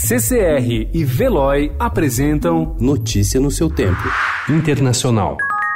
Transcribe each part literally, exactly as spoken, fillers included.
C C R e Veloy apresentam Notícia no seu tempo. Internacional.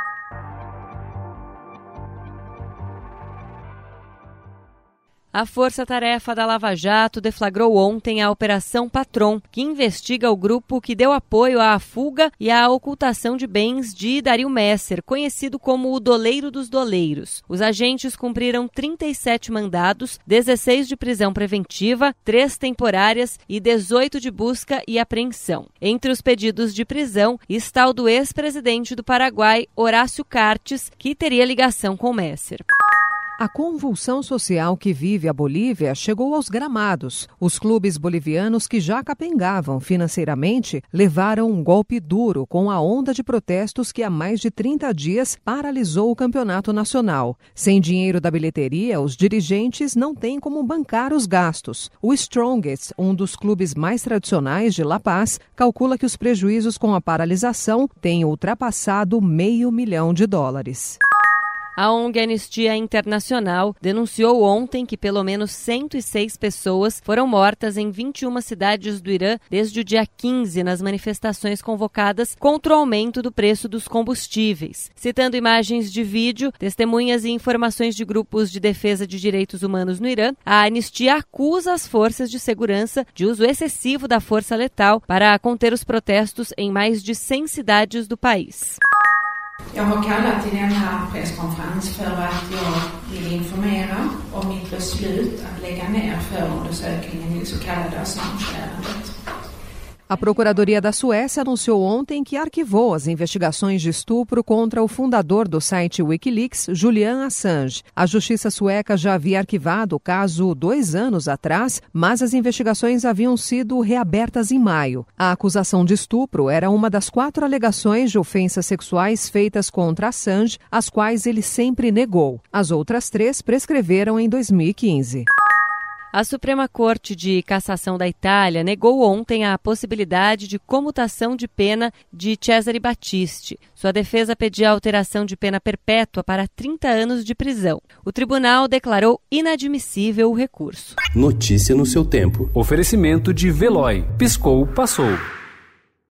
A Força-Tarefa da Lava Jato deflagrou ontem a Operação Patron, que investiga o grupo que deu apoio à fuga e à ocultação de bens de Dario Messer, conhecido como o Doleiro dos Doleiros. Os agentes cumpriram trinta e sete mandados, dezesseis de prisão preventiva, três temporárias e dezoito de busca e apreensão. Entre os pedidos de prisão está o do ex-presidente do Paraguai, Horácio Cartes, que teria ligação com Messer. A convulsão social que vive a Bolívia chegou aos gramados. Os clubes bolivianos que já capengavam financeiramente levaram um golpe duro com a onda de protestos que há mais de trinta dias paralisou o campeonato nacional. Sem dinheiro da bilheteria, os dirigentes não têm como bancar os gastos. O Strongest, um dos clubes mais tradicionais de La Paz, calcula que os prejuízos com a paralisação têm ultrapassado meio milhão de dólares. A O N G Anistia Internacional denunciou ontem que pelo menos cento e seis pessoas foram mortas em vinte e uma cidades do Irã desde o dia quinze nas manifestações convocadas contra o aumento do preço dos combustíveis. Citando imagens de vídeo, testemunhas e informações de grupos de defesa de direitos humanos no Irã, a Anistia acusa as forças de segurança de uso excessivo da força letal para conter os protestos em mais de cem cidades do país. Jag har kallat till den här presskonferens för att jag vill informera om mitt beslut att lägga ner förundersökningen i det så kallade Assange-ärendet. A Procuradoria da Suécia anunciou ontem que arquivou as investigações de estupro contra o fundador do site Wikileaks, Julian Assange. A Justiça sueca já havia arquivado o caso dois anos atrás, mas as investigações haviam sido reabertas em maio. A acusação de estupro era uma das quatro alegações de ofensas sexuais feitas contra Assange, as quais ele sempre negou. As outras três prescreveram em dois mil e quinze. A Suprema Corte de Cassação da Itália negou ontem a possibilidade de comutação de pena de Cesare Battisti. Sua defesa pedia alteração de pena perpétua para trinta anos de prisão. O tribunal declarou inadmissível o recurso. Notícia no seu tempo. Oferecimento de Veloy. Piscou, passou.